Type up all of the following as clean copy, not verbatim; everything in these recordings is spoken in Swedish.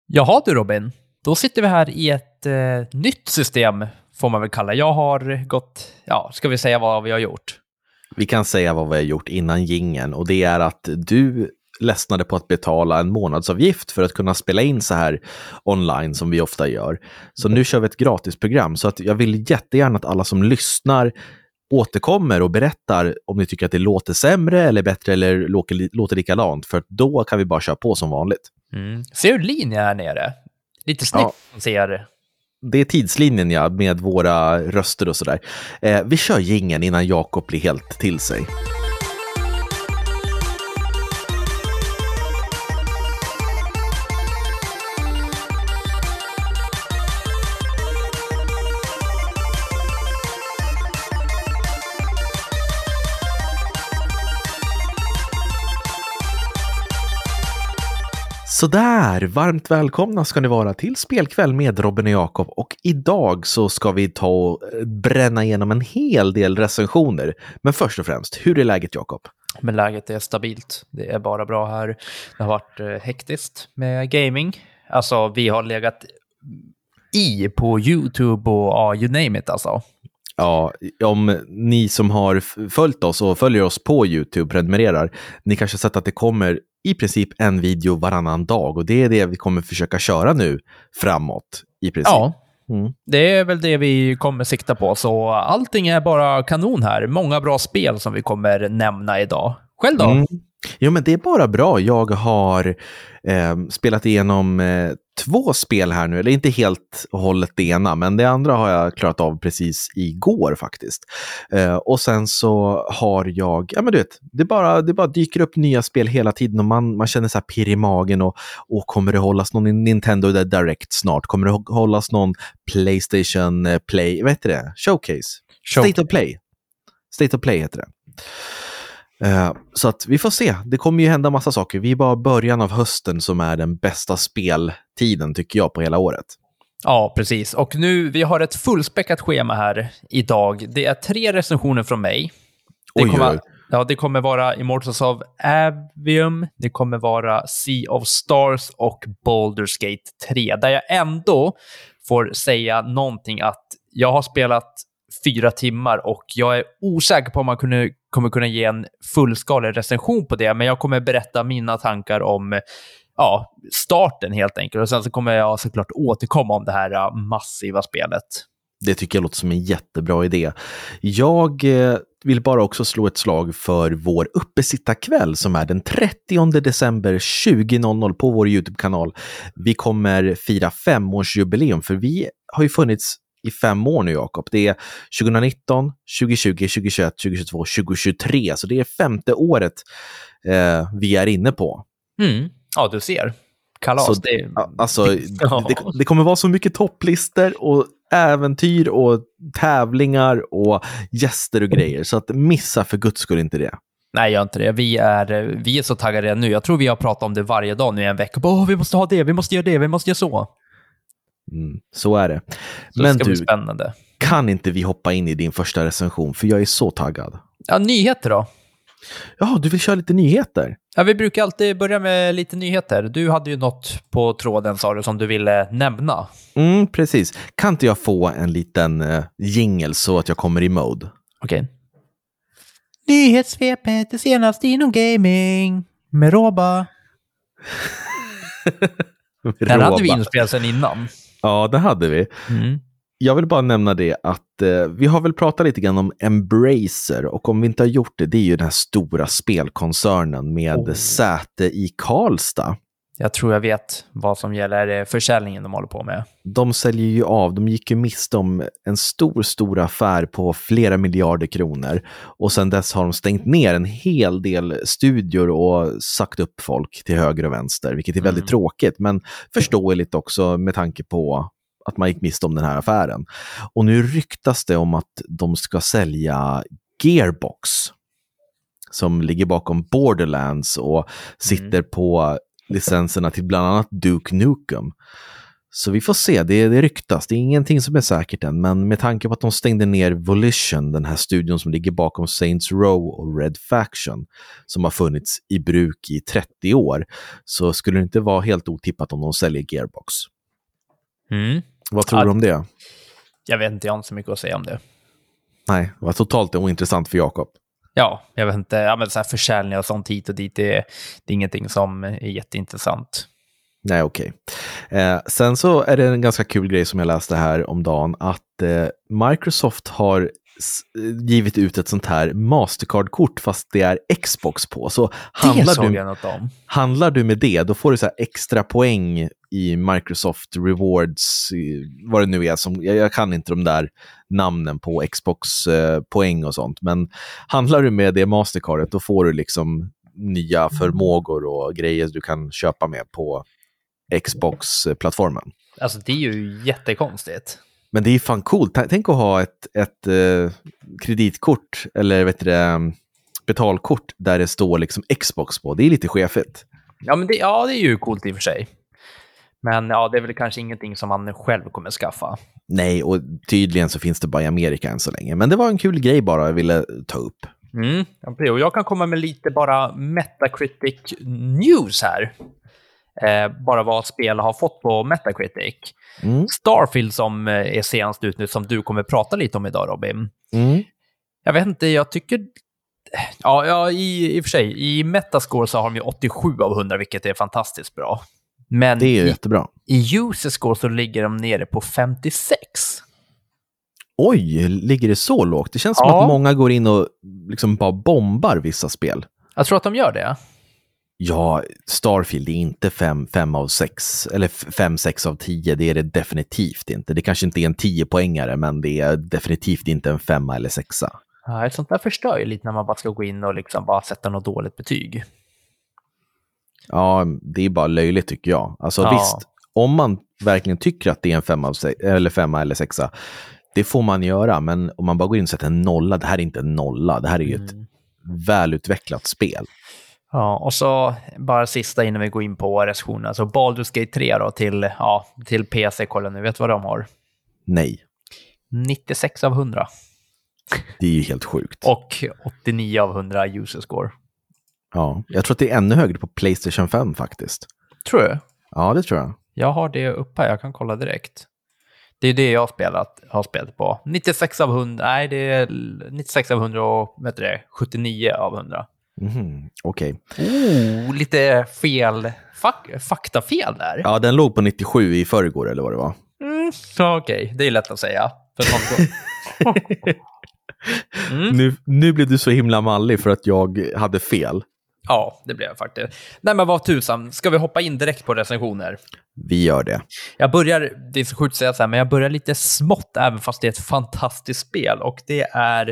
Jaha du Robin, då sitter vi här i ett nytt system får man väl kalla. Jag har gått, ska vi säga vad vi har gjort? Vi kan säga vad vi har gjort innan jingeln, och det är att du ledsnade på att betala en månadsavgift för att kunna spela in så här online som vi ofta gör. Så nu kör vi ett gratisprogram, så att jag vill jättegärna att alla som lyssnar återkommer och berättar om ni tycker att det låter sämre eller bättre eller låter likadant, för då kan vi bara köra på som vanligt. Ser du linjen här nere? Lite snyggt ser. Det är tidslinjen med våra röster och sådär. Vi kör jingeln innan Jakob blir helt till sig. Så där, varmt välkomna ska ni vara till Spelkväll med Robin och Jakob, och idag så ska vi ta och bränna igenom en hel del recensioner. Men först och främst, hur är läget Jakob? Men läget är stabilt, det är bara bra här. Det har varit hektiskt med gaming. Alltså vi har legat på YouTube och you name it alltså. Ja, om ni som har följt oss och följer oss på YouTube prenumererar, ni kanske sett att det kommer i princip en video varannan dag, och det är det vi kommer försöka köra nu framåt i princip. Ja, det är väl det vi kommer sikta på, så allting är bara kanon här. Många bra spel som vi kommer nämna idag. Själv då? Jo, men det är bara bra. Jag har spelat igenom 2 spel här nu, eller inte helt och hållet det ena, men det andra har jag klarat av precis igår faktiskt. Och sen så har jag, men du vet, det bara dyker upp nya spel hela tiden, och man känner så här pirr i magen, och kommer det hållas någon Nintendo Direct snart? Kommer det hållas någon PlayStation Play, vad heter det? Showcase? State of Play heter det. Så att vi får se, det kommer ju hända massa saker. Vi är bara början av hösten som är den bästa speltiden tycker jag på hela året. Ja, precis. Och nu, vi har ett fullspäckat schema här idag. Det är 3 recensioner från mig. Det kommer vara Immortals of Aveum, det kommer vara Sea of Stars och Baldur's Gate 3. Där jag ändå får säga någonting att jag har spelat 4 timmar och jag är osäker på om man kommer kunna ge en fullskalig recension på det, men jag kommer berätta mina tankar om starten helt enkelt, och sen så kommer jag såklart återkomma om det här massiva spelet. Det tycker jag låter som en jättebra idé. Jag vill bara också slå ett slag för vår uppesittarkväll som är den 30 december 20.00 på vår YouTube-kanal. Vi kommer fira 5-årsjubileum, för vi har ju funnits i 5 år nu, Jakob. Det är 2019, 2020, 2021, 2022, 2023. Så det är 5:e året vi är inne på. Ja, du ser. Kalas. Det kommer vara så mycket topplistor och äventyr och tävlingar och gäster och grejer. Så att missa för guds skull inte det. Nej, gör inte det. Vi är så taggade nu. Jag tror vi har pratat om det varje dag nu i en vecka. Vi måste ha det, vi måste göra det, vi måste göra så. Så är det. Så men det ska bli spännande. Kan inte vi hoppa in i din första recension? För jag är så taggad. Ja, nyheter då? Ja, du vill köra lite nyheter? Ja, vi brukar alltid börja med lite nyheter. Du hade ju något på tråden, sa du, som du ville nämna. Precis. Kan inte jag få en liten jingle så att jag kommer i mode? Okej. Nyhetssvepet, det senaste inom gaming med Roba. Den hade vi inspelat sen innan. Ja, det hade vi. Jag vill bara nämna det att vi har väl pratat lite grann om Embracer, och om vi inte har gjort det, det är ju den här stora spelkoncernen med säte i Karlstad. Jag tror jag vet vad som gäller försäljningen de håller på med. De säljer ju av, de gick ju miste om en stor affär på flera miljarder kronor, och sen dess har de stängt ner en hel del studior och sagt upp folk till höger och vänster, vilket är väldigt tråkigt, men förståeligt också med tanke på att man gick miste om den här affären. Och nu ryktas det om att de ska sälja Gearbox, som ligger bakom Borderlands och sitter på licenserna till bland annat Duke Nukem. Så vi får se, det ryktas. Det är ingenting som är säkert än, men med tanke på att de stängde ner Volition, den här studion som ligger bakom Saints Row och Red Faction, som har funnits i bruk i 30 år, så skulle det inte vara helt otippat om de säljer Gearbox. Vad tror du om det? Jag vet inte, jag har inte så mycket att säga om det. Nej, det var totalt ointressant för Jakob. Ja, jag vet inte. Ja, men så här försäljning och sånt hit och dit, det är ingenting som är jätteintressant. Nej, okej. Sen så är det en ganska kul grej som jag läste här om dagen, att Microsoft har givit ut ett sånt här Mastercard-kort fast det är Xbox på. Så handlar du med det, då får du så här extra poäng i Microsoft Rewards, vad det nu är. Jag kan inte de där namnen på Xbox poäng och sånt, men handlar du med det Mastercardet, då får du liksom nya förmågor och grejer du kan köpa med på Xbox-plattformen. Alltså det är ju jättekonstigt. Men det är fan coolt. Tänk att ha ett kreditkort eller betalkort där det står liksom Xbox på. Det är lite chefigt. Ja, men det är ju coolt i och för sig. Men ja, det är väl kanske ingenting som man själv kommer skaffa. Nej, och tydligen så finns det bara i Amerika än så länge. Men det var en kul grej bara jag ville ta upp. Och jag kan komma med lite bara Metacritic news här. Bara vad spel har fått på Metacritic. Starfield som är senast ut nu, som du kommer prata lite om idag, Robin. Jag vet inte, jag tycker... Ja, i och för sig, i Metascore så har de ju 87 av 100, vilket är fantastiskt bra. Men det är ju jättebra. I user score så ligger de nere på 56. Oj, ligger det så lågt? Det känns som att många går in och liksom bara bombar vissa spel. Jag tror att de gör det. Ja, Starfield är inte 5 av 6 eller 5-6 av 10, det är det definitivt inte. Det kanske inte är en 10-poängare, men det är definitivt inte en 5 eller 6. Ja, ett sånt där förstör ju lite när man bara ska gå in och liksom bara sätta något dåligt betyg. Ja, det är bara löjligt tycker jag. Alltså visst, om man verkligen tycker att det är en 5 eller 6, det får man göra, men om man bara går in och sätter en nolla, det här är inte en nolla, det här är ju ett välutvecklat spel. Ja, och så bara sista innan vi går in på recensionen. Alltså Baldur's Gate 3 då till PC, kolla nu, vet du vad de har? Nej. 96 av 100. Det är ju helt sjukt. Och 89 av 100 user score. Ja, jag tror att det är ännu högre på PlayStation 5 faktiskt. Tror du? Ja, det tror jag. Jag har det uppe här, jag kan kolla direkt. Det är det jag har spelat på. 96 av 100, nej det är 96 av 100 och 79 av 100. Okej. Lite fel, faktafel där. Ja, den låg på 97 i förrgår eller vad det var. Okej, det är lätt att säga. Nu blev du så himla mallig för att jag hade fel. Ja, det blev jag faktiskt. Nej, men vad tusan. Ska vi hoppa in direkt på recensioner? Vi gör det. Det är så sjukt att säga så här, men jag börjar lite smått även fast det är ett fantastiskt spel. Och det är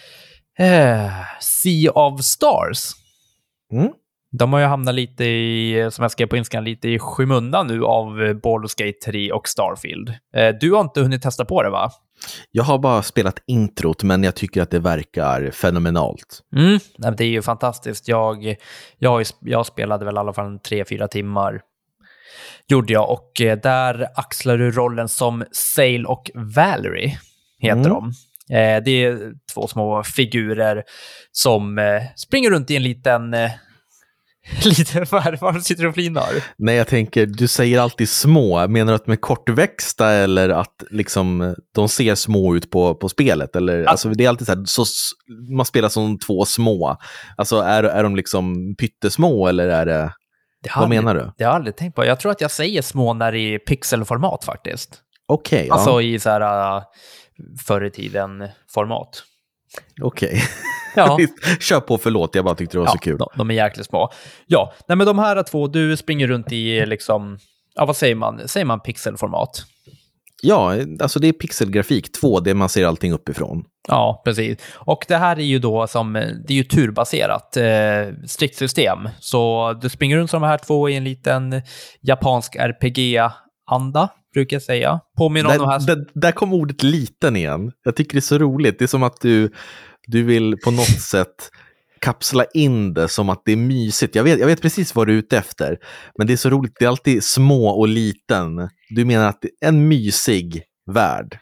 Sea of Stars. De har ju hamnat lite i, som jag skrev på Instagram, lite i skymundan nu av Baldur's Gate 3 och Starfield. Du har inte hunnit testa på det, va? Jag har bara spelat introt, men jag tycker att det verkar fenomenalt. Det är ju fantastiskt. Jag spelade väl i alla fall 3-4 timmar. Gjorde jag, och där axlar du rollen som Sail och Valerie, heter de. Det är 2 små figurer som springer runt i en liten... Varför sitter du och flinar? Nej, jag tänker, du säger alltid små. Menar du att de är kortväxta eller att liksom, de ser små ut på spelet? Eller, alltså, det är alltid så här, man spelar som 2 små. Alltså, är de liksom pyttesmå eller är det... Vad menar du? Det har jag aldrig tänkt på. Jag tror att jag säger små när det är pixelformat faktiskt. Okej. Alltså i så här förr i tiden format. Okej. Ja. Kör på, förlåt, jag bara tyckte det var så kul. De är jäkligt små. Ja, nej, men de här 2, du springer runt i liksom, vad säger man? Säger man pixelformat? Ja, alltså det är pixelgrafik 2D, man ser allting uppifrån. Ja, precis. Och det här är ju då det är ju turbaserat stridssystem. Så du springer runt som de här 2 i en liten japansk RPG-anda, brukar jag säga. Påminner om de här... Där kom ordet liten igen. Jag tycker det är så roligt. Det är som att du vill på något sätt kapsla in det som att det är mysigt. Jag vet precis vad du är ute efter. Men det är så roligt, det är alltid små och liten. Du menar att det är en mysig värld?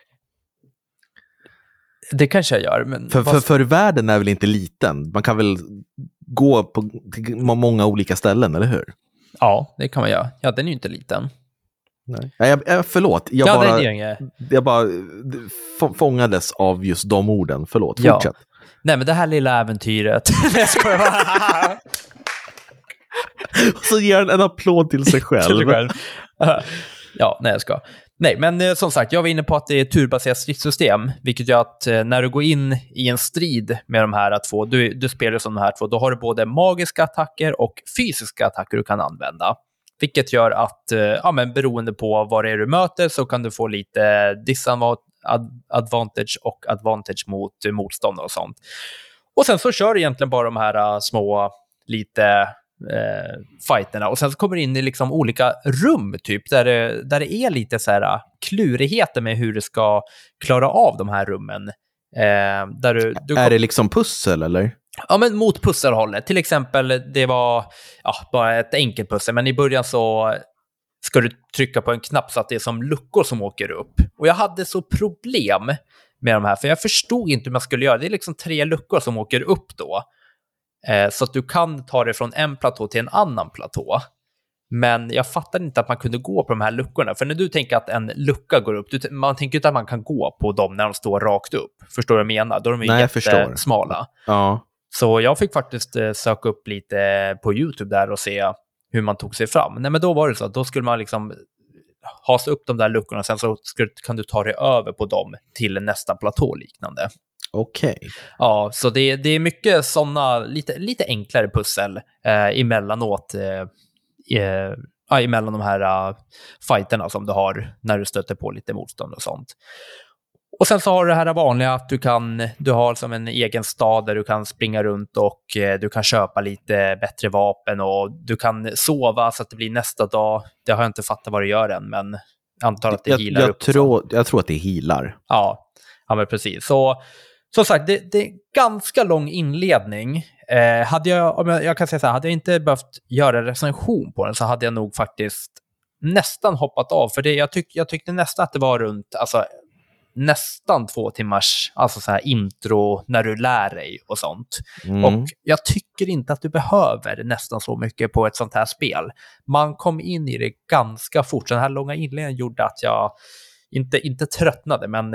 Det kanske jag gör. Men för världen är väl inte liten? Man kan väl gå till många olika ställen, eller hur? Ja, det kan man göra. Ja, den är ju inte liten. Nej. Förlåt. Jag bara fångades av just de orden. Förlåt, fortsätt. Ja. Nej, men det här lilla äventyret. Jag skojar bara. Och så ger han en applåd till sig själv. Ja, nej jag ska. Nej, men som sagt, jag var inne på att det är ett turbaserat stridssystem, vilket gör att när du går in i en strid med de här två, du spelar som de här två, då har du både magiska attacker och fysiska attacker du kan använda. Vilket gör att, beroende på vad det är du möter så kan du få lite disadvantage och advantage mot motståndare och sånt. Och sen så kör du egentligen bara de här små, lite fighterna, och sen så kommer du in i liksom olika rum typ där det är lite så här klurigheter med hur du ska klara av de här rummen. Där du är det liksom pussel eller? Ja, men mot pusselhållet. Till exempel, det var bara ett enkelt pussel, men i början så ska du trycka på en knapp så att det är som luckor som åker upp. Och jag hade så problem med de här, för jag förstod inte hur man skulle göra. Det är liksom 3 luckor som åker upp då. Så att du kan ta det från en platå till en annan platå. Men jag fattade inte att man kunde gå på de här luckorna. För när du tänker att en lucka går upp, man tänker inte att man kan gå på dem när de står rakt upp. Förstår du vad jag menar? Då är de ju jättesmala. Ja. Så jag fick faktiskt söka upp lite på YouTube där och se hur man tog sig fram. Nej, men då var det så att då skulle man liksom hasa upp de där luckorna och sen så kan du ta dig över på dem till nästa platå liknande. Okej. Ja, så det är mycket sådana lite enklare pussel emellanåt emellan de här fighterna som du har när du stöter på lite motstånd och sånt. Och sen så har du det här vanliga att du har som en egen stad där du kan springa runt och du kan köpa lite bättre vapen och du kan sova så att det blir nästa dag. Det har jag inte fattat vad det gör än, men jag antar att det healar upp. Jag tror att det healar. Ja, men precis. Så som sagt, det är ganska lång inledning. Hade jag inte behövt göra en recension på den så hade jag nog faktiskt nästan hoppat av. För jag tyckte nästan att det var runt nästan 2 timmars så här intro när du lär dig och sånt. Och jag tycker inte att du behöver nästan så mycket på ett sånt här spel. Man kom in i det ganska fort. Så den här långa inledningen gjorde att jag inte tröttnade, men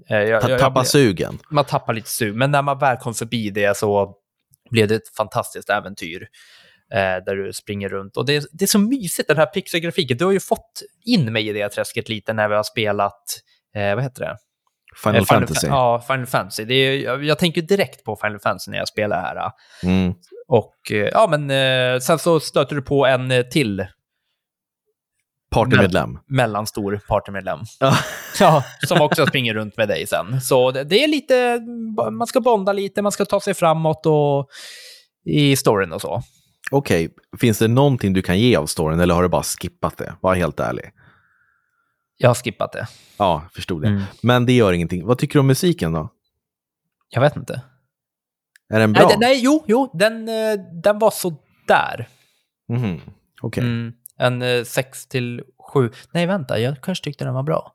sugen. Man tappar lite sug, men när man väl kom förbi det så blev det ett fantastiskt äventyr där du springer runt. Och det är så mysigt, den här pixelgrafiken. Du har ju fått in mig i det träsket lite när vi har spelat vad heter det? Final Fantasy. Ja, Final Fantasy. Jag tänker direkt på Final Fantasy när jag spelar här. Och sen så stöter du på en till partymedlem. Mellanstor partymedlem. Ja, som också springer runt med dig sen. Så det är lite, man ska bonda lite, man ska ta sig framåt och i storyn och så. Okej, finns det någonting du kan ge av storyn eller har du bara skippat det? Var helt ärlig. Jag har skippat det. Ja, förstod det. Men det gör ingenting. Vad tycker du om musiken då? Jag vet inte. Är den bra? Jo, den var så där. Okej. En 6-7. Nej, vänta, jag kanske tyckte den var bra.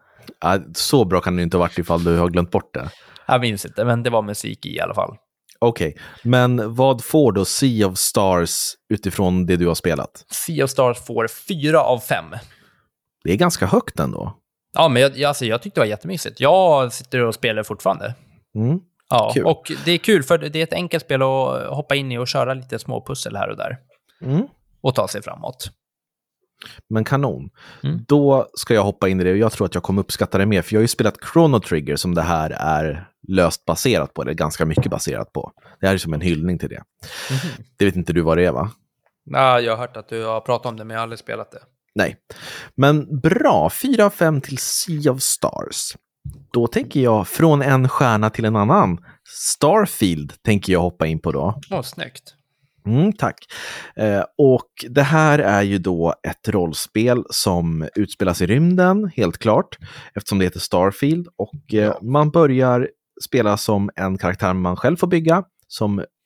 Så bra kan det inte ha varit ifall du har glömt bort det. Jag minns inte, men det var musik i alla fall. Okej, men vad får då Sea of Stars utifrån det du har spelat? Sea of Stars får 4 av 5. Det är ganska högt ändå. Ja, men jag tyckte det var jättemysigt. Jag sitter och spelar fortfarande. Ja, kul. Och det är kul för det är ett enkelt spel att hoppa in i och köra lite små pussel här och där. Och ta sig framåt. Men kanon. Då ska jag hoppa in i det och jag tror att jag kommer uppskatta det mer. För jag har ju spelat Chrono Trigger som det här är löst baserat på. Det är ganska mycket baserat på. Det här är som en hyllning till det. Det vet inte du vad det är, va? Nej, jag har hört att du har pratat om det, men jag har aldrig spelat det. Nej, men bra. 4 av 5 till Sea of Stars. Då tänker jag från en stjärna till en annan. Starfield tänker jag hoppa in på då. Snyggt. Tack. Och det här är ju då ett rollspel som utspelas i rymden, helt klart, eftersom det heter Starfield. Och man börjar spela som en karaktär man själv får bygga, som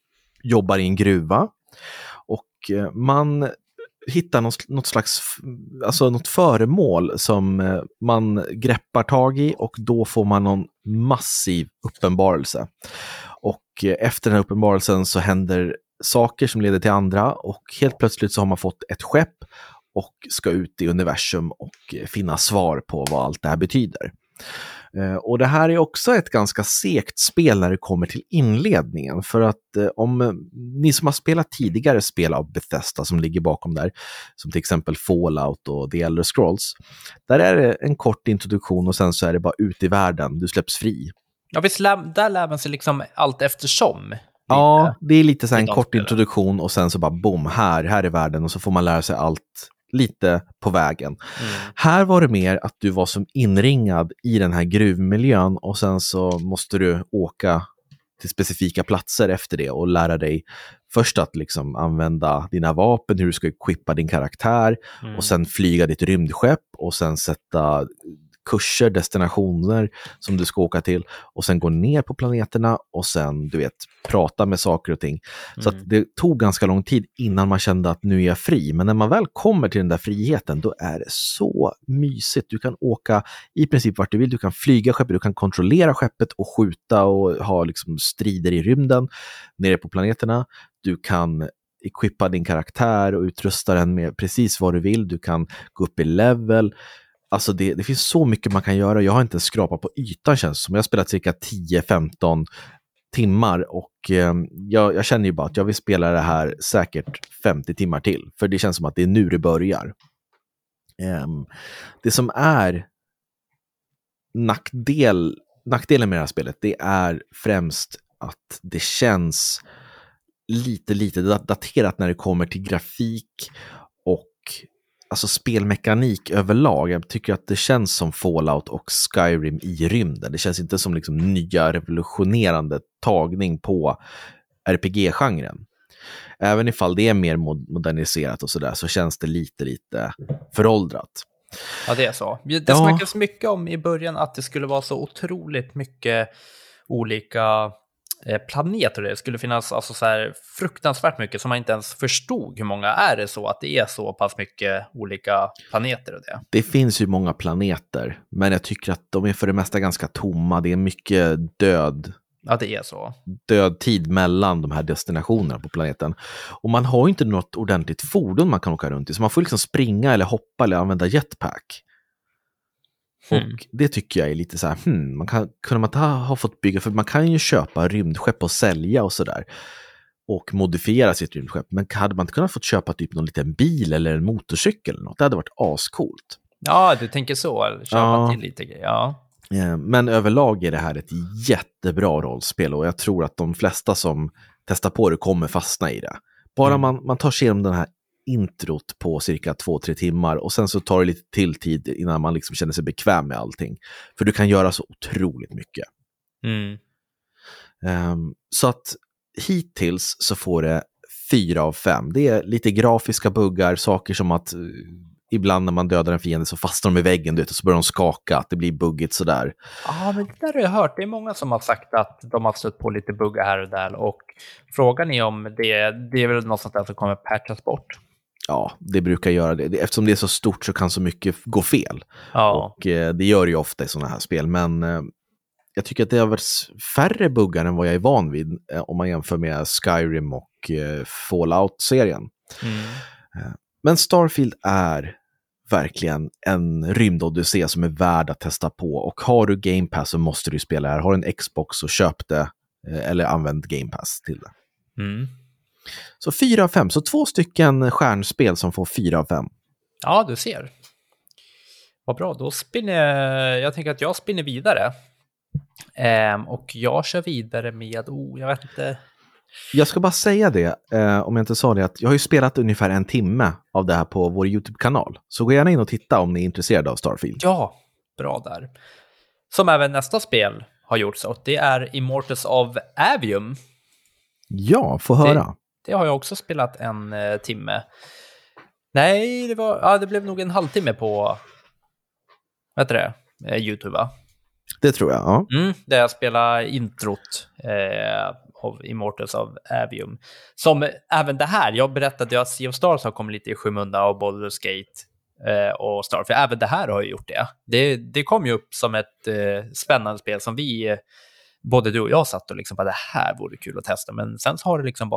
jobbar i en gruva och man hittar något slags, alltså något föremål som man greppar tag i och då får man någon massiv uppenbarelse. Och efter den här uppenbarelsen så händer saker som leder till andra och helt plötsligt så har man fått ett skepp och ska ut i universum och finna svar på vad allt det här betyder. Och det här är också ett ganska segt spel när det kommer till inledningen, för att om ni som har spelat tidigare spel av Bethesda som ligger bakom där, som till exempel Fallout och The Elder Scrolls, där är det en kort introduktion och sen så är det bara ut i världen, du släpps fri. Ja, visst, där lär man sig liksom allt eftersom. Ja, det är lite så här en kort introduktion och sen så bara boom, här är världen och så får man lära sig allt lite på vägen. Här var det mer att du var som inringad i den här gruvmiljön och sen så måste du åka till specifika platser efter det och lära dig först att liksom använda dina vapen, hur du ska equippa din karaktär och sen flyga ditt rymdskepp och sen sätta kurser, destinationer som du ska åka till och sen gå ner på planeterna och sen, du vet, prata med saker och ting. Så att det tog ganska lång tid innan man kände att nu är jag fri. Men när man väl kommer till den där friheten, då är det så mysigt. Du kan åka i princip vart du vill. Du kan flyga skeppet, du kan kontrollera skeppet och skjuta och ha liksom strider i rymden nere på planeterna. Du kan equippa din karaktär och utrusta den med precis vad du vill. Du kan gå upp i level. Alltså det finns så mycket man kan göra. Jag har inte skrapat på ytan, känns som. Jag har spelat cirka 10-15 timmar och jag känner ju bara att jag vill spela det här säkert 50 timmar till. För det känns som att det är nu det börjar. Det som är nackdelen med det här spelet, det är främst att det känns lite daterat när det kommer till grafik och alltså spelmekanik överlag. Jag tycker att det känns som Fallout och Skyrim i rymden. Det känns inte som liksom nya revolutionerande tagning på RPG-genren. Även ifall det är mer moderniserat och sådär, så känns det lite föråldrat. Ja, det är så. Det snackas mycket om i början att det skulle vara så otroligt mycket olika planeter. Det skulle finnas alltså så här fruktansvärt mycket som man inte ens förstod hur många. Är det så att det är så pass mycket olika planeter och det? Det finns ju många planeter, men jag tycker att de är för det mesta ganska tomma. Det är mycket död. Ja, det är så. Död tid mellan de här destinationerna på planeten. Och man har ju inte något ordentligt fordon man kan åka runt i, så man får liksom springa eller hoppa eller använda jetpack. Och det tycker jag är lite så här, kunde man inte ha fått bygga, för man kan ju köpa rymdskepp och sälja och sådär och modifiera sitt rymdskepp, men hade man inte kunnat fått köpa typ någon liten bil eller en motorcykel eller något? Det hade varit ascoolt. Ja, du tänker så, eller köpa till lite grejer, ja. Men överlag är det här ett jättebra rollspel och jag tror att de flesta som testar på det kommer fastna i det. Bara man tar sig igenom den här introt på cirka 2-3 timmar och sen så tar det lite till tid innan man liksom känner sig bekväm med allting. För du kan göra så otroligt mycket. Så att hittills så får det 4 av 5. Det är lite grafiska buggar, saker som att ibland när man dödar en fiende så fastnar de i väggen, du vet, och så börjar de skaka, att det blir buggigt sådär. Ja, men det där har jag hört. Det är många som har sagt att de har stött på lite buggar här och där, och frågan är om det är väl något sånt där som kommer patchas bort. Ja, det brukar göra det. Eftersom det är så stort så kan så mycket gå fel. Ja. Och det gör det ju ofta i sådana här spel. Men jag tycker att det har varit färre buggar än vad jag är van vid om man jämför med Skyrim och Fallout-serien. Men Starfield är verkligen en rymdodyssé som är värd att testa på. Och har du Game Pass så måste du spela här. Har du en Xbox så köp det eller använd Game Pass till det. Så 4 av 5. Så 2 stycken stjärnspel som får 4 av 5. Ja, du ser. Vad bra, då jag tänker att jag spinner vidare. Och jag kör vidare med, jag vet inte. Jag ska bara säga det, om jag inte sa det, att jag har ju spelat ungefär 1 timme av det här på vår YouTube-kanal. Så gå gärna in och titta om ni är intresserade av Starfield. Ja, bra där. Som även nästa spel har gjorts, och det är Immortals of Aveum. Ja, få höra. Det har jag också spelat 1 timme. Nej, det blev nog en halvtimme på YouTube, va? Det tror jag, ja. Där jag spelar introt. av Immortals of Avium. Som även det här, jag berättade att Sea of Stars har kommit lite i skymundan av Baldur's Gate och Star, för även det här har ju gjort det. Det kom ju upp som ett spännande spel som vi, både du och jag, satt och liksom bara, det här vore kul att testa, men sen så har det liksom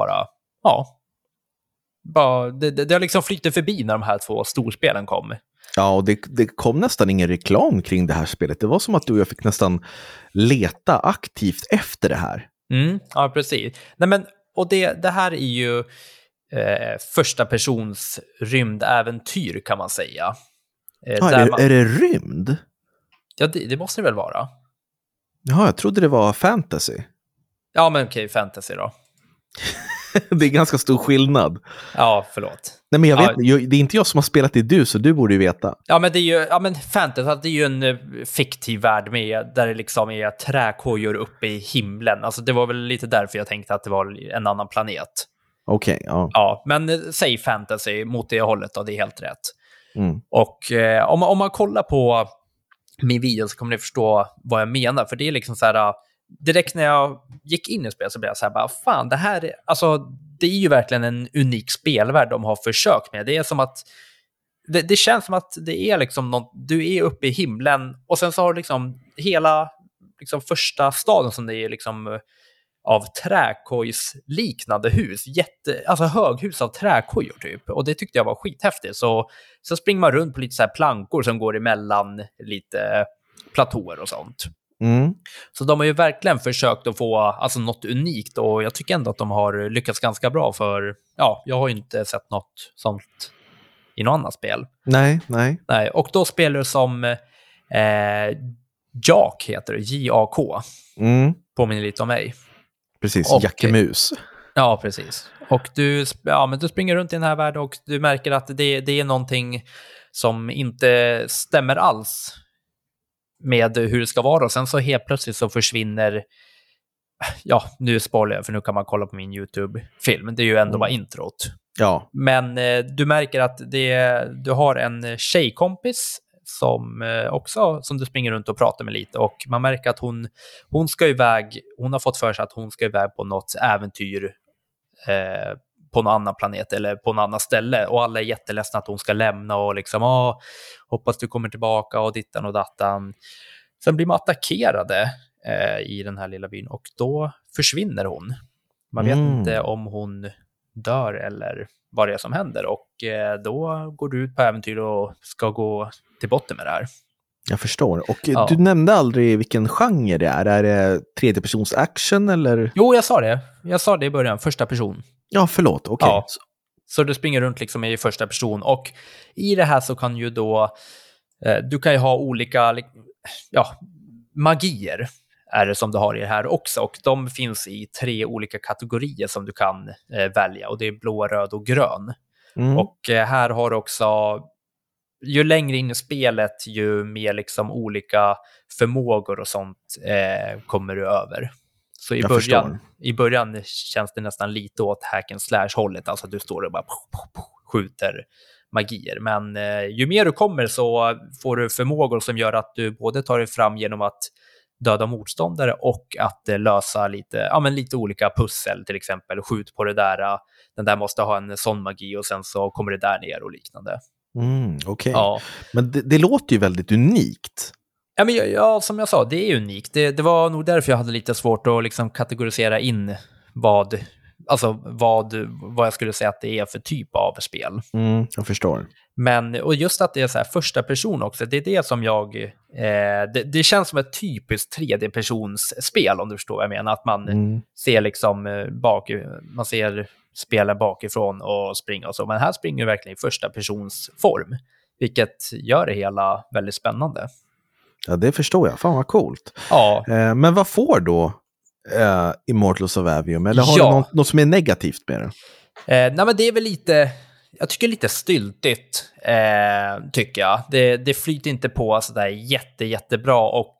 det har liksom flyttat förbi när de här 2 storspelen kom. Ja, och det kom nästan ingen reklam kring det här spelet. Det var som att du och jag fick nästan leta aktivt efter det här. Ja, precis. Nej, men, och det här är ju första persons rymdäventyr, kan man säga. Är det rymd? Ja, det måste det väl vara. Ja, jag trodde det var fantasy. Ja, men okej, fantasy då. Det är ganska stor skillnad. Ja, förlåt. Nej, men jag vet, det är inte jag som har spelat det, så du borde ju veta. Ja, men det är ju, fantasy, det är ju en fiktiv värld med, där det liksom är träkojor uppe i himlen. Alltså det var väl lite därför jag tänkte att det var en annan planet. Okej, ja. Ja, men säg fantasy mot det hållet då, det är helt rätt. Och om man kollar på min video så kommer ni förstå vad jag menar, för det är liksom så här, direkt när jag gick in i spelet så blev jag så här, bara, fan, det här, alltså, det är ju verkligen en unik spelvärld de har försökt med. Det är som att, det känns som att det är liksom något, du är uppe i himlen och sen så har du liksom hela liksom första staden som det är liksom av träkojsliknande hus, alltså höghus av träkojor typ, och det tyckte jag var skithäftigt. Så springer man runt på lite så här plankor som går emellan lite platåer och sånt. Så de har ju verkligen försökt att få alltså något unikt, och jag tycker ändå att de har lyckats ganska bra, för jag har ju inte sett något sånt i något annat spel. Nej. Och då spelar du som Jak heter det, J-A-K. Påminner lite om mig. Precis, Jacke Mus. Ja, precis. Och du springer runt i den här världen och du märker att det är någonting som inte stämmer alls med hur det ska vara. Och sen så helt plötsligt så försvinner, nu spoiler jag, för nu kan man kolla på min YouTube-film. Det är ju ändå bara introt. Ja. Men du märker att du har en tjejkompis som du springer runt och pratar med lite, och man märker att hon ska iväg, hon har fått för sig att hon ska iväg på något äventyr på någon annan planet eller på något annat ställe, och alla är jätteledsna att hon ska lämna och liksom, hoppas du kommer tillbaka och dittan och dattan. Sen blir man attackerade i den här lilla byn, och då försvinner hon. Man vet inte om hon dör eller vad det är som händer, och då går du ut på äventyr och ska gå till botten med det här. Jag förstår. Och du nämnde aldrig vilken genre det är. Är det tredjepersons action eller? Jo, jag sa det. Jag sa det i början, första person. Ja, förlåt. Okej. Ja. Så du springer runt liksom i första person, och i det här så kan ju då du kan ju ha olika magier är det som du har i det här också, och de finns i 3 olika kategorier som du kan välja, och det är blå, röd och grön. Och här har du också, ju längre in i spelet, ju mer liksom olika förmågor och sånt kommer du över. Så i början känns det nästan lite åt hack and slash hållet, alltså du står och bara skjuter magier, men ju mer du kommer så får du förmågor som gör att du både tar dig fram genom att döda motståndare och att lösa lite olika pussel, till exempel skjut på det där, den där måste ha en sån magi och sen så kommer det där ner och liknande. Okej. Ja. Men det låter ju väldigt unikt. Ja, men som jag sa, det är unikt. Det var nog därför jag hade lite svårt att liksom kategorisera in vad jag skulle säga att det är för typ av spel. Jag förstår. Men, och just att det är så här första person också, det är det som det känns som ett typiskt 3D-personsspel, om du förstår vad jag menar. Att man ser liksom man ser spelen bakifrån och springer och så. Men här springer du verkligen i första persons form, vilket gör det hela väldigt spännande. Ja, det förstår jag. Fan vad coolt. Ja. Men vad får då Immortals of Avium? Eller har du något som är negativt med det? Nej, men det är väl jag tycker lite styltigt, tycker jag. Det flyter inte på sådär jättebra, och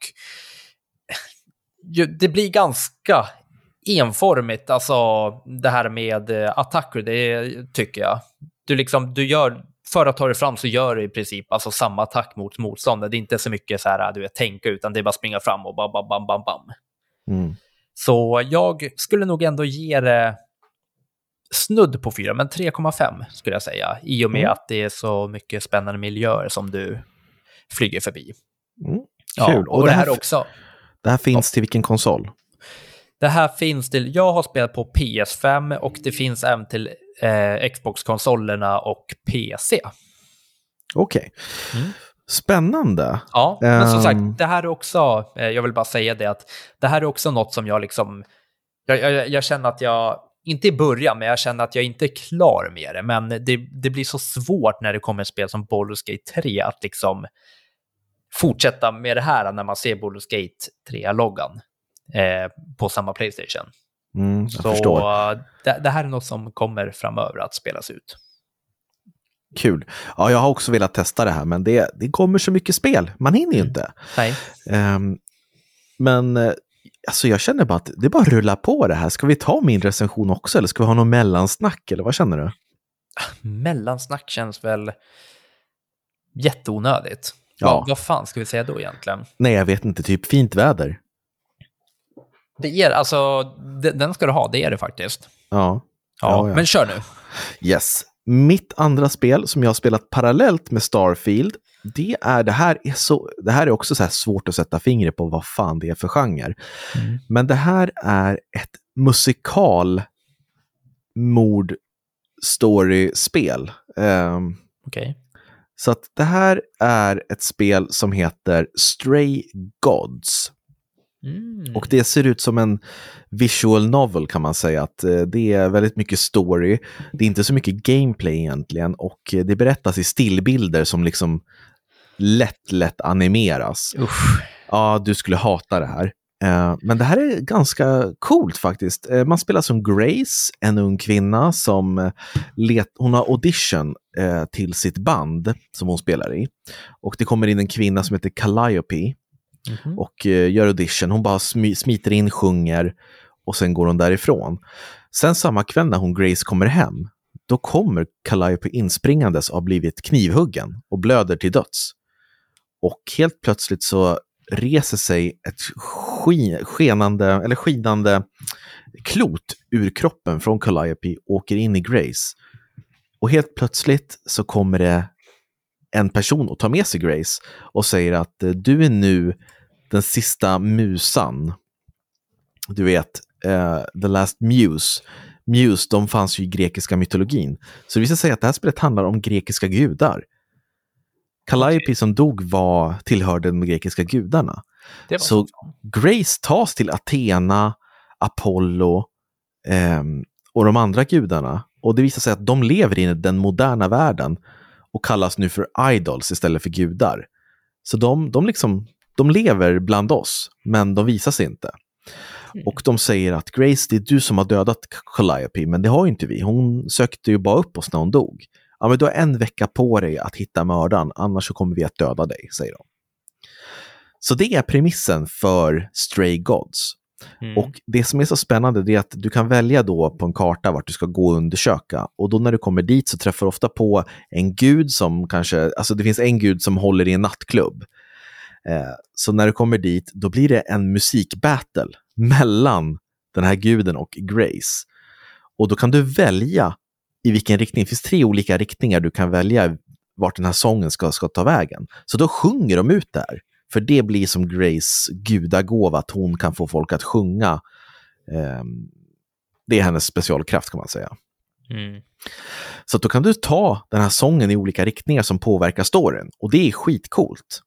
det blir ganska enformigt, alltså det här med attacker, det tycker jag. Du gör, för att ta dig fram så gör du i princip alltså samma attack mot motståndare. Det är inte så mycket så här tänka, utan det är bara springa fram och bam. Så jag skulle nog ändå ge det snudd på 4, men 3,5 skulle jag säga. I och med att det är så mycket spännande miljöer som du flyger förbi. Kul. Ja, och det här också. Det här finns till vilken konsol? Det här finns till, jag har spelat på PS5 och det finns även till Xbox-konsolerna och PC. Okej. Spännande. Ja, men som sagt, det här är också, jag vill bara säga det att det här är också något som jag liksom, jag känner att jag, inte i början, men jag känner att jag inte är klar med det, men det blir så svårt när det kommer ett spel som Baldur's Gate 3 att liksom fortsätta med det här när man ser Baldur's Gate 3-loggan på samma PlayStation. Jag förstår. Det här är något som kommer framöver att spelas ut. Kul. Ja, jag har också velat testa det här, men det kommer så mycket spel. Man hinner ju inte. Nej. Men alltså jag känner bara att det bara rullar på det här. Ska vi ta min recension också, eller ska vi ha någon mellansnack, eller vad känner du? Mellansnack känns väl jätteonödigt. Ja. Vad fan ska vi säga då egentligen? Nej, jag vet inte. Typ fint väder. Det är, alltså, den ska du ha, det är det faktiskt. Ja. Men kör nu. Yes. Mitt andra spel som jag har spelat parallellt med Starfield, det här är också så här svårt att sätta fingret på vad fan det är för genre. Men det här är ett musikal mord-story-spel. Okej. Så att det här är ett spel som heter Stray Gods. Och det ser ut som en visual novel, kan man säga. Att det är väldigt mycket story. Det är inte så mycket gameplay egentligen. Och det berättas i stillbilder som liksom lätt animeras. Usch. Ja, du skulle hata det här. Men det här är ganska coolt faktiskt. Man spelar som Grace, en ung kvinna som hon har audition till sitt band som hon spelar i. Och det kommer in en kvinna som heter Calliope och gör audition. Hon bara smiter in, sjunger och sen går hon därifrån. Sen samma kväll när hon Grace kommer hem, då kommer Calliope inspringandes och har blivit knivhuggen och blöder till döds. Och helt plötsligt så reser sig ett skinande klot ur kroppen från Calliope och åker in i Grace. Och helt plötsligt så kommer det en person och tar med sig Grace och säger att du är nu den sista musan. Du vet, The Last Muse. Muse, de fanns ju i grekiska mytologin. Så det visar sig att det här spelet handlar om grekiska gudar. Calliope som dog tillhörde de grekiska gudarna. Så Grace tas till Athena, Apollo och de andra gudarna. Och det visar sig att de lever i den moderna världen och kallas nu för idols istället för gudar. Så de lever bland oss, men de visar sig inte. Och de säger att Grace, det är du som har dödat Calliope, men det har ju inte vi. Hon sökte ju bara upp oss när hon dog. Ja, men du har en vecka på dig att hitta mördaren, annars så kommer vi att döda dig, säger de. Så det är premissen för Stray Gods. Och det som är så spännande är att du kan välja då på en karta vart du ska gå och undersöka. Och då när du kommer dit så träffar du ofta på en gud som kanske, alltså det finns en gud som håller i en nattklubb. Så när du kommer dit, då blir det en musikbattle mellan den här guden och Grace. Och då kan du välja i vilken riktning. Det finns 3 olika riktningar du kan välja vart den här sången ska ta vägen. Så då sjunger de ut där. För det blir som Grace gudagåva, att hon kan få folk att sjunga. Det är hennes specialkraft, kan man säga. Så då kan du ta den här sången i olika riktningar som påverkar storyn. Och det är skitcoolt.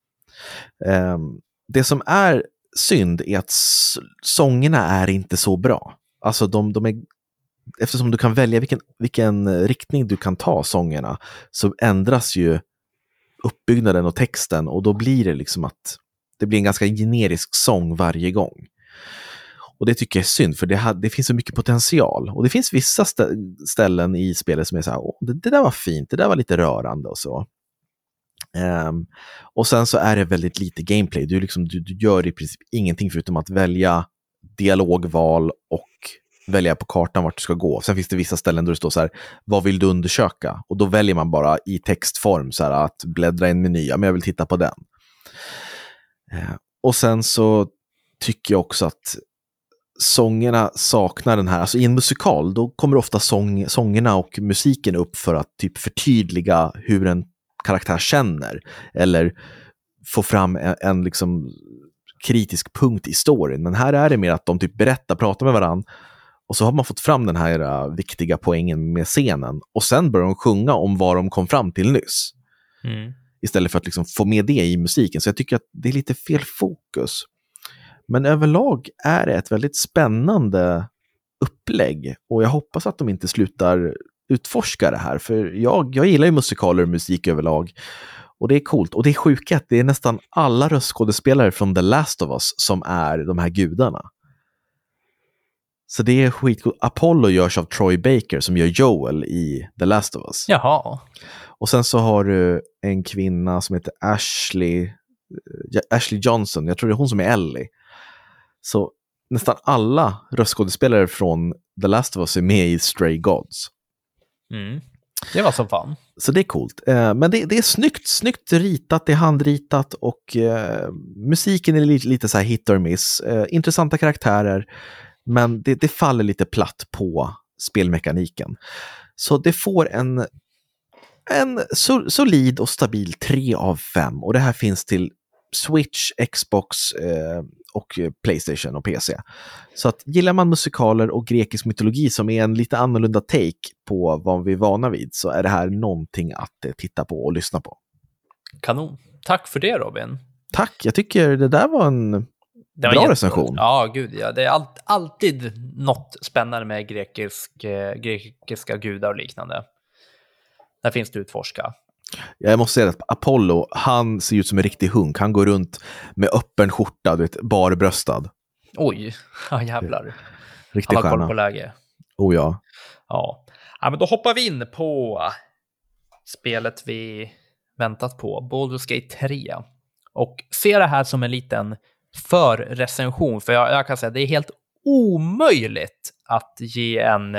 Det som är synd är att sångerna är inte så bra. Alltså de är, eftersom du kan välja vilken riktning du kan ta sångerna, så ändras ju uppbyggnaden och texten, och då blir det liksom att det blir en ganska generisk sång varje gång. Och det tycker jag är synd, för det finns så mycket potential. Och det finns vissa ställen i spelet som är så här, det där var fint, det där var lite rörande och så. Och sen så är det väldigt lite gameplay. Du gör i princip ingenting förutom att välja dialogval och välja på kartan vart du ska gå. Sen finns det vissa ställen där det står så här, vad vill du undersöka? Och då väljer man bara i textform så här, att bläddra en meny, men jag vill titta på den. Och sen så tycker jag också att sångerna saknar den här, alltså i en musikal då kommer ofta sångerna och musiken upp för att typ förtydliga hur en karaktär känner eller få fram en liksom kritisk punkt i storyn. Men här är det mer att de typ pratar med varandra och så har man fått fram den här viktiga poängen med scenen och sen börjar de sjunga om vad de kom fram till nyss. Istället för att liksom få med det i musiken. Så jag tycker att det är lite fel fokus. Men överlag är det ett väldigt spännande upplägg och jag hoppas att de inte slutar utforska det här, för jag gillar ju musikaler och musik överlag och det är coolt. Och det är sjukt att det är nästan alla röstskådespelare från The Last of Us som är de här gudarna. Så det är skitcoolt. Apollo görs av Troy Baker som gör Joel i The Last of Us. Jaha. Och sen så har du en kvinna som heter Ashley Johnson, jag tror det är hon som är Ellie. Så nästan alla röstskådespelare från The Last of Us är med i Stray Gods. Det var som fan. Så det är coolt. Men det är snyggt ritat, det är handritat och musiken är lite så här hit or miss. Intressanta karaktärer, men det faller lite platt på spelmekaniken. Så det får en solid och stabil 3 av 5. Och det här finns till Switch, Xbox och PlayStation och PC. Så att gillar man musikaler och grekisk mytologi som är en lite annorlunda take på vad vi är vana vid, så är det här någonting att titta på och lyssna på. Kanon. Tack för det, Robin. Tack, jag tycker det där var en bra recension. Ja, gud ja. Det är alltid något spännande med grekiska gudar och liknande. Där finns det utforska. Jag måste säga att Apollo, han ser ut som en riktig hunk. Han går runt med öppen skjorta, du vet, barbröstad. Oj, ja jävlar. Riktig han har stjärna. Koll på läge. Oh ja. Ja, men då hoppar vi in på spelet vi väntat på, Baldur's Gate 3. Och ser det här som en liten förrecension, för jag kan säga att det är helt omöjligt att ge en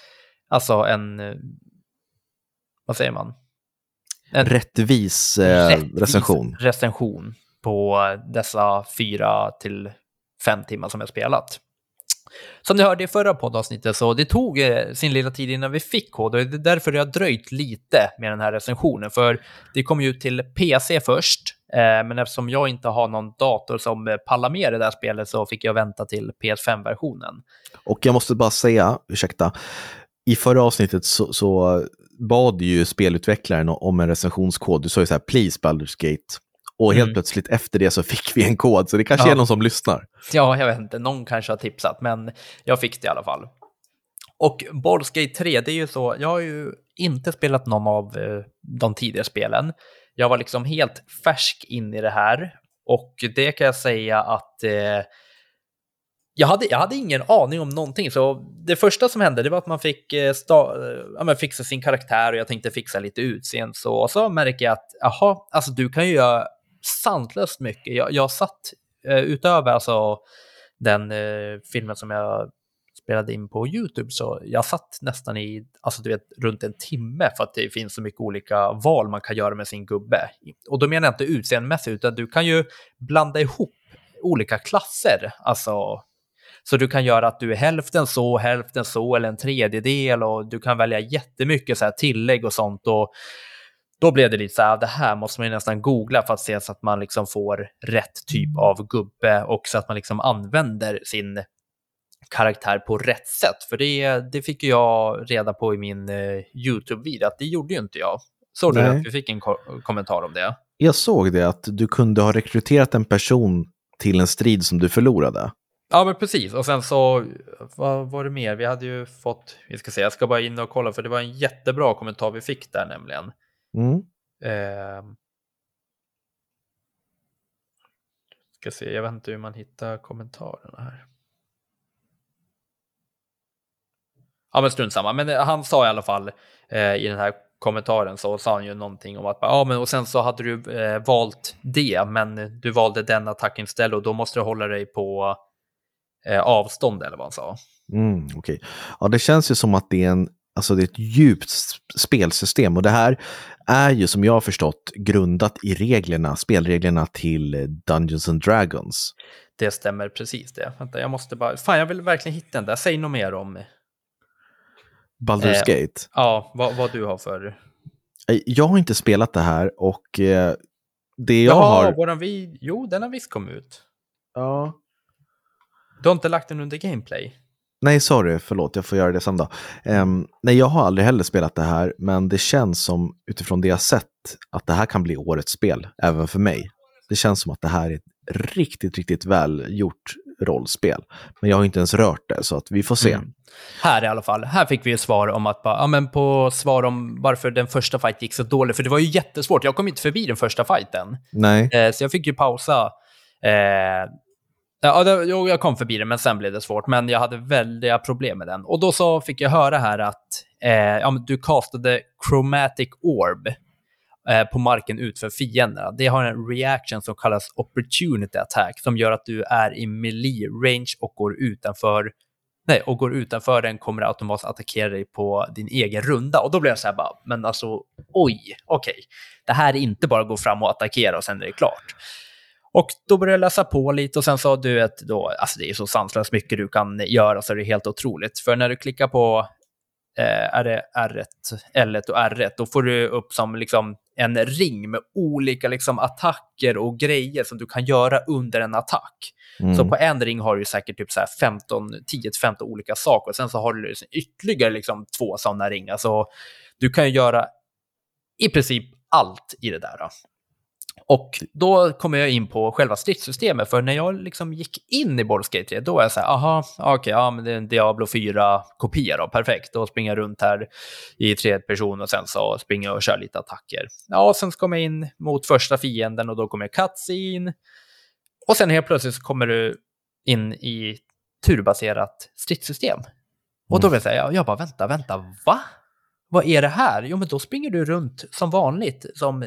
vad säger man? En rättvis recension på dessa 4 till 5 timmar som jag spelat. Som ni hörde i förra poddavsnittet, så det tog sin lilla tid innan vi fick kod, och det är därför det har dröjt lite med den här recensionen, för det kom ju till PC först, men eftersom jag inte har någon dator som pallar med det där spelet så fick jag vänta till PS5-versionen. Och jag måste bara säga, ursäkta, i förra avsnittet så bad ju spelutvecklaren om en recensionskod. Du sa ju så här, please Baldur's Gate. Och helt plötsligt efter det så fick vi en kod. Så det kanske är någon som lyssnar. Ja, jag vet inte. Någon kanske har tipsat, men jag fick det i alla fall. Och Baldur's Gate 3, det är ju så, jag har ju inte spelat någon av de tidigare spelen. Jag var liksom helt färsk in i det här. Och det kan jag säga att jag hade ingen aning om någonting, så det första som hände, det var att man fick fixa sin karaktär, och jag tänkte fixa lite utseende, och så märker jag att alltså du kan ju göra sanslöst mycket. Jag satt utöver alltså den filmen som jag spelade in på YouTube, så jag satt nästan i, alltså du vet, runt en timme, för att det finns så mycket olika val man kan göra med sin gubbe. Och då menar jag inte utseendemässigt, utan du kan ju blanda ihop olika klasser, alltså. Så du kan göra att du är hälften så eller en tredjedel, och du kan välja jättemycket så här tillägg och sånt, och då blev det lite så här, det här måste man ju nästan googla för att se så att man liksom får rätt typ av gubbe, och så att man liksom använder sin karaktär på rätt sätt, för det fick jag reda på i min YouTube-video att det gjorde ju inte jag. Såg du att vi fick en kommentar om det? Jag såg det, att du kunde ha rekryterat en person till en strid som du förlorade. Ja, men precis. Och sen så, vad var det mer? Vi hade ju fått, jag ska bara in och kolla, för det var en jättebra kommentar vi fick där nämligen. Ska se, jag vet inte hur man hittar kommentarerna här. Ja, men strunt samma. Men han sa i alla fall i den här kommentaren, så sa han ju någonting om att men och sen så hade du valt det, men du valde den attacken istället, och då måste du hålla dig på avstånd, eller vad han sa. Okej. Ja, det känns ju som att det är en Alltså det är ett djupt spelsystem och det här är ju som jag har förstått grundat i spelreglerna till Dungeons and Dragons. Det stämmer precis det. Vänta, jag måste bara... Fan, jag vill verkligen hitta den där. Säg något mer om... Baldur's Gate. Ja, vad du har för... Jag har inte spelat det här och det jag har... Jo, den har visst kommit ut. Ja. Du har inte lagt den under gameplay? Nej, sorry, förlåt, jag får göra det sen då. Nej, jag har aldrig heller spelat det här, men det känns som, utifrån det jag sett, att det här kan bli årets spel, även för mig. Det känns som att det här är ett riktigt, riktigt välgjort rollspel. Men jag har inte ens rört det, så att vi får se. Här i alla fall, här fick vi ett svar om att på svar om varför den första fight gick så dåligt, för det var ju jättesvårt. Jag kom inte förbi den första fighten. Nej. Så jag fick ju pausa. Jag kom förbi den, men sen blev det svårt. Men jag hade väldiga problem med den. Och då så fick jag höra här att du castade Chromatic Orb på marken utför fienderna. Det har en reaction som kallas Opportunity Attack, som gör att du är i melee range och går utanför den, kommer automatiskt attackera dig på din egen runda. Och då blev jag så här bara, men alltså, okej. Det här är inte bara att gå fram och attackera och sen är det klart. Och då började jag läsa på lite och sen sa du att alltså det är så sanslöst mycket du kan göra, så det är helt otroligt. För när du klickar på är det R1, L1 och R1, då får du upp som liksom en ring med olika liksom attacker och grejer som du kan göra under en attack. Så på en ring har du säkert typ så här 10-15 olika saker, och sen så har du liksom ytterligare liksom 2 sådana ringar. Så du kan ju göra i princip allt i det där då. Och då kommer jag in på själva stridssystemet, för när jag liksom gick in i Baldur's Gate 3, då är jag så här, men det är en Diablo 4-kopia då, perfekt. Då springer jag runt här i 3 person och sen så springer jag och kör lite attacker. Ja, sen kommer jag in mot första fienden och då kommer cutscene. Och sen helt plötsligt så kommer du in i turbaserat stridssystem. Och då vill jag säga, jag bara vänta, va? Vad är det här? Jo, men då springer du runt som vanligt. Som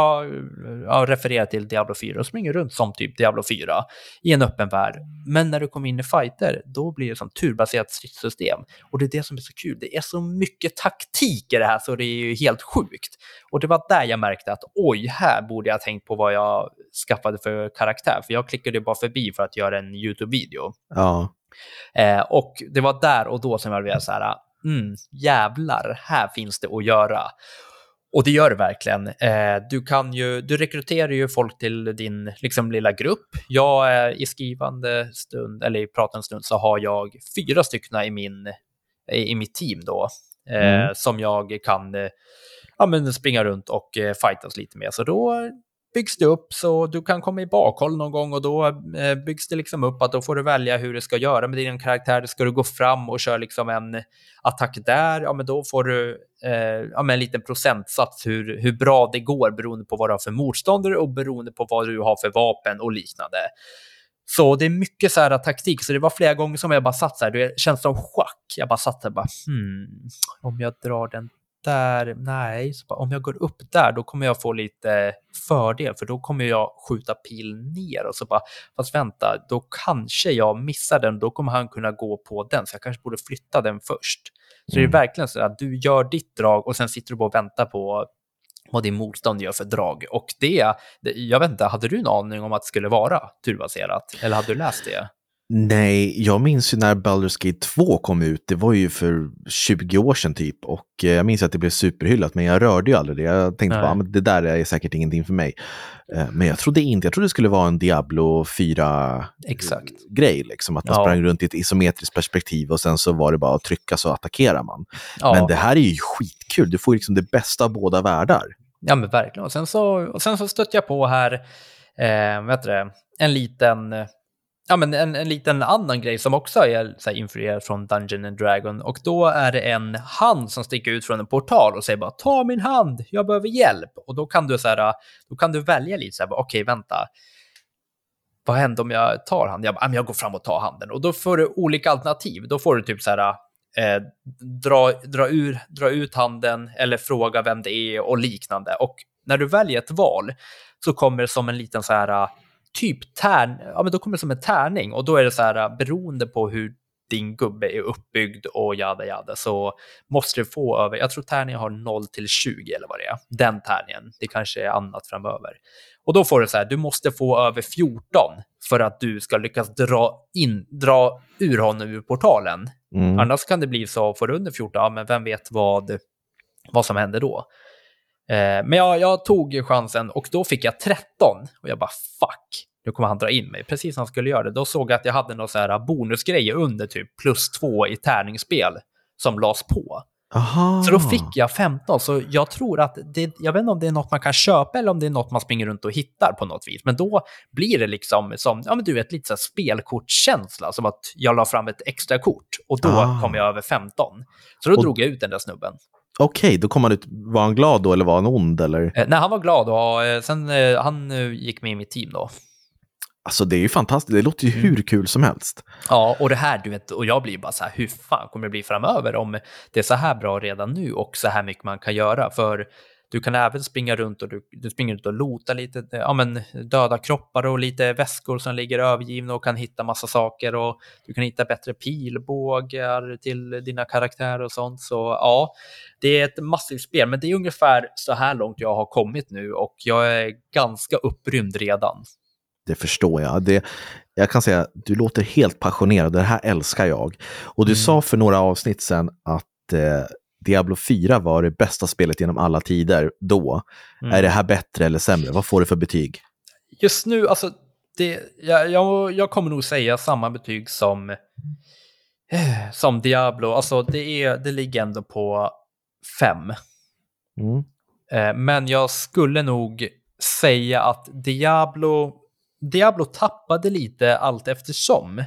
jag refererar till Diablo 4. Och springer runt som typ Diablo 4 i en öppen värld. Men när du kommer in i fighter, då blir det som turbaserat stridssystem. Och det är det som är så kul. Det är så mycket taktik i det här, så det är ju helt sjukt. Och det var där jag märkte att här borde jag ha tänkt på vad jag skaffade för karaktär. För jag klickade bara förbi för att göra en YouTube-video. Ja. Och det var där och då som jag blev så här... jävlar, här finns det att göra. Och det gör det verkligen. Du rekryterar ju folk till din liksom lilla grupp. Jag är i skrivande stund, eller i pratande stund, så har jag 4 stycken i mitt team då, som jag kan springa runt och fightas lite med. Så då byggs det upp så du kan komma i bakhåll någon gång, och då byggs det liksom upp att då får du välja hur du ska göra med din karaktär. Ska du gå fram och köra liksom en attack där, men då får du en liten procentsats hur bra det går, beroende på vad du har för motståndare och beroende på vad du har för vapen och liknande. Så det är mycket så här taktik, så det var flera gånger som jag bara satt så här, det känns som schack. Jag bara satt där om jag drar den där, nej, så bara, om jag går upp där, då kommer jag få lite fördel, för då kommer jag skjuta pil ner, och så bara, fast vänta, då kanske jag missar den, då kommer han kunna gå på den, så jag kanske borde flytta den först. Så det är verkligen så att du gör ditt drag och sen sitter du bara och väntar på vad din motstånd gör för drag. Och jag vet inte, hade du en aning om att det skulle vara turbaserat, eller hade du läst det? Nej, jag minns ju när Baldur's Gate 2 kom ut, det var ju för 20 år sedan typ, och jag minns att det blev superhyllat, men jag rörde ju aldrig det. Jag tänkte bara, men det där är säkert ingenting för mig. Men jag trodde det skulle vara en Diablo 4-grej, liksom, att man sprang runt i ett isometriskt perspektiv och sen så var det bara att trycka så attackerar man. Ja. Men det här är ju skitkul, du får liksom det bästa av båda världar. Ja, men verkligen. Och sen så stötte jag på här, en liten annan grej som också är så här influerad från Dungeon and Dragon, och då är det en hand som sticker ut från en portal och säger bara, ta min hand, jag behöver hjälp. Och då kan du välja lite så här, okej, vänta, vad händer om jag tar handen? Jag går fram och tar handen, och då får du olika alternativ. Då får du typ så här, dra ut handen eller fråga vem det är och liknande. Och när du väljer ett val så kommer det som en liten så här typ då kommer det som en tärning, och då är det så här, beroende på hur din gubbe är uppbyggd och jada, så måste du få över, jag tror tärningen har 0-20 eller vad det är, den tärningen, det kanske är annat framöver. Och då får du så här, du måste få över 14 för att du ska lyckas dra ur honom ur portalen. Annars kan det bli så, får du under 14, men vem vet vad som händer då. Men jag tog chansen och då fick jag 13 och jag bara fuck, nu kommer han dra in mig. Precis som han skulle göra det, då såg jag att jag hade någon så här bonusgrejer under typ +2 i tärningsspel som lades på. Aha. Så då fick jag 15, så jag tror att jag vet inte om det är något man kan köpa eller om det är något man springer runt och hittar på något vis, men då blir det liksom som, ja men du vet, lite så här spelkortskänsla, som att jag la fram ett extra kort och då kom jag över 15. Så då drog jag ut den där snubben. Okej, då kom han ut, var han glad då eller var han ond eller? Nej, han var glad och sen han gick med i mitt team då. Alltså det är ju fantastiskt, det låter ju hur kul som helst. Ja, och det här, du vet, och jag blir bara så här, hur fan kommer det bli framöver om det är så här bra redan nu och så här mycket man kan göra? För du kan även springa runt och du springer ut och lota lite, ja men döda kroppar och lite väskor som ligger övergivna och kan hitta massa saker, och du kan hitta bättre pilbågar till dina karaktärer och sånt. Så ja, det är ett massivt spel, men det är ungefär så här långt jag har kommit nu och jag är ganska upprymd redan. Det förstår jag. Jag kan säga, du låter helt passionerad. Det här älskar jag. Och du sa för några avsnitt sedan att Diablo 4 var det bästa spelet genom alla tider då. Är det här bättre eller sämre? Vad får du för betyg? Just nu, alltså, jag kommer nog säga samma betyg som Diablo. Alltså, det ligger ändå på 5. Men jag skulle nog säga att Diablo tappade lite allt eftersom.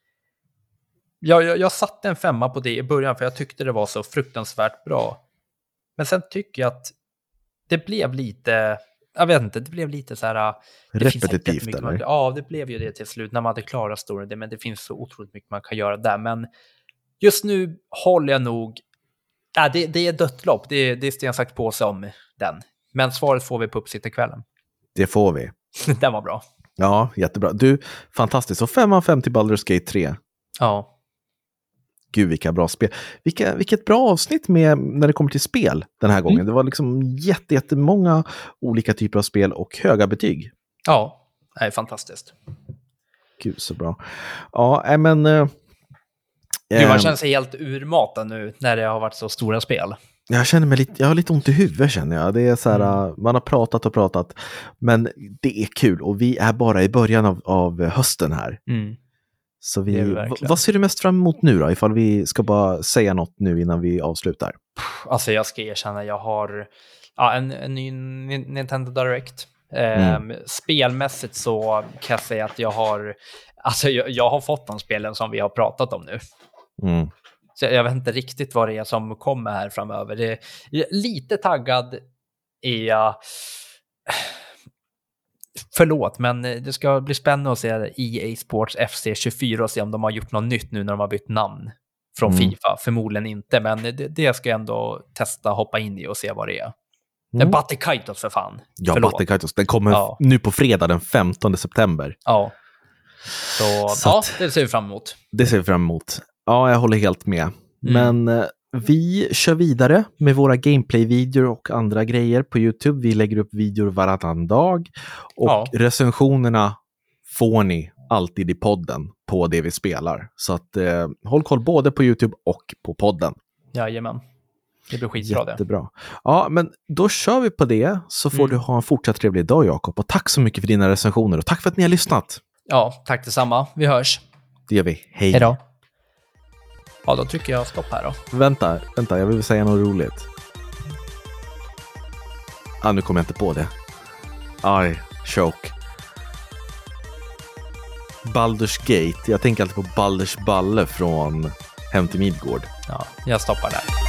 Jag satte en 5 på det i början för jag tyckte det var så fruktansvärt bra. Men sen tycker jag att det blev lite, jag vet inte, det blev lite så här repetitivt eller? Ja, det blev ju det till slut när man hade klarat storyn, men det finns så otroligt mycket man kan göra där. Men just nu håller jag nog, det är dödslopp, det är stensagt på sig om den. Men svaret får vi på uppsittarkvällen. Det får vi. Den var bra. Ja, jättebra. Du, fantastiskt. Så 5 av 5 till Baldur's Gate 3. Ja. Gud, vilka bra spel. Vilket bra avsnitt med när det kommer till spel den här gången. Det var liksom jättemånga olika typer av spel och höga betyg. Ja, det är fantastiskt. Gud, så bra. Ja, men... man känner sig helt urmatad nu när det har varit så stora spel. Jag har lite ont i huvudet känner jag. Det är så här, man har pratat, men det är kul och vi är bara i början av hösten här. Så vad ser du mest fram emot nu då? Ifall vi ska bara säga något nu innan vi avslutar. Alltså jag ska erkänna, jag har en ny Nintendo Direct. Spelmässigt så kan jag säga att jag har fått de spelen som vi har pratat om nu. Så jag vet inte riktigt vad det är som kommer här framöver. Det är lite taggad är jag. Förlåt, men det ska bli spännande att se EA Sports FC24 och se om de har gjort något nytt nu när de har bytt namn från FIFA. Förmodligen inte, men det ska jag ändå testa, hoppa in i och se vad det är. Batti Kaitos för fan. Ja, Batti Kaitos. Den kommer nu på fredag den 15 september. Ja. Så det ser vi fram emot. Det ser vi fram emot. Ja, jag håller helt med. Men vi kör vidare med våra gameplay-videor och andra grejer på YouTube. Vi lägger upp videor varannan dag. Och recensionerna får ni alltid i podden på det vi spelar. Så att håll koll både på YouTube och på podden. Jajamän. Det blir skitbra det. Jättebra. Ja, men då kör vi på det. Så får du ha en fortsatt trevlig dag, Jakob. Och tack så mycket för dina recensioner. Och tack för att ni har lyssnat. Ja, tack detsamma. Vi hörs. Det gör vi. Hej. Hej då. Ja, då trycker jag stopp här då. Vänta, jag vill säga något roligt. Nu kommer jag inte på det. Aj, choke. Baldur's Gate. Jag tänker alltid på Baldur's Balle från Hem till Midgård. Ja, jag stoppar där.